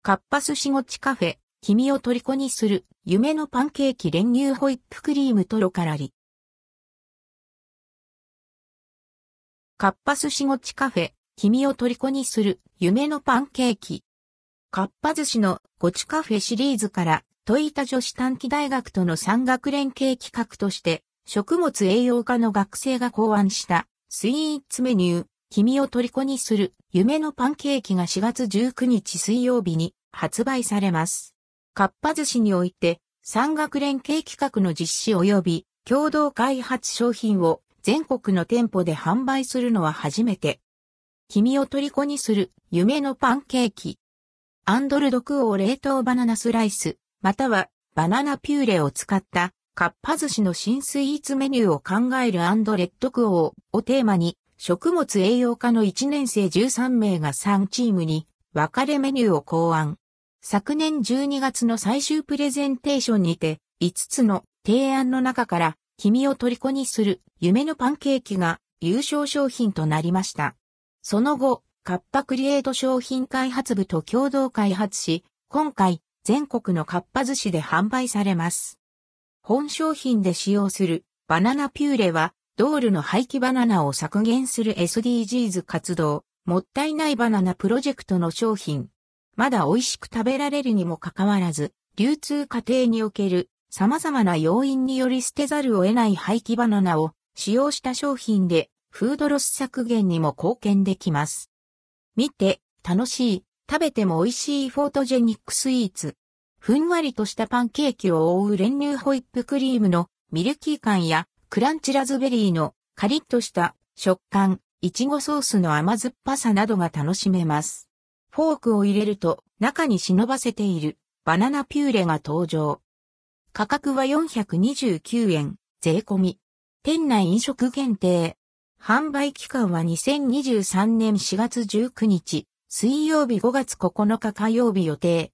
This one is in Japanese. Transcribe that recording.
かっぱ寿司ごちカフェ、君を虜にする、夢のパンケーキ練乳ホイップクリームとろからり。かっぱ寿司ごちカフェ、君を虜にする、夢のパンケーキ。かっぱ寿司のごちカフェシリーズから、戸田女子短期大学との産学連携企画として、食物栄養科の学生が考案した、スイーツメニュー、君を虜にする、夢のパンケーキが4月19日水曜日に発売されます。かっぱ寿司において、産学連携企画の実施及び、共同開発商品を全国の店舗で販売するのは初めて。君を虜にする、夢のパンケーキ。アンドルドクオー冷凍バナナスライス、またはバナナピューレを使ったかっぱ寿司の新スイーツメニューを考えるアンドレッドクオーをテーマに、食物栄養科の1年生13名が3チームに分かれメニューを考案。昨年12月の最終プレゼンテーションにて5つの提案の中から君を虜にする夢のパンケーキが優勝商品となりました。その後、カッパクリエイト商品開発部と共同開発し、今回全国のかっぱ寿司で販売されます。本商品で使用するバナナピューレはドールの廃棄バナナを削減する SDGs 活動、もったいないバナナプロジェクトの商品。まだ美味しく食べられるにもかかわらず、流通過程における様々な要因により捨てざるを得ない廃棄バナナを使用した商品で、フードロス削減にも貢献できます。見て、楽しい、食べても美味しいフォートジェニックスイーツ。ふんわりとしたパンケーキを覆う練乳ホイップクリームのミルキー感やクランチラズベリーのカリッとした食感、いちごソースの甘酸っぱさなどが楽しめます。フォークを入れると中に忍ばせているバナナピューレが登場。価格は429円、税込み。店内飲食限定。販売期間は2023年4月19日、水曜日5月9日火曜日予定。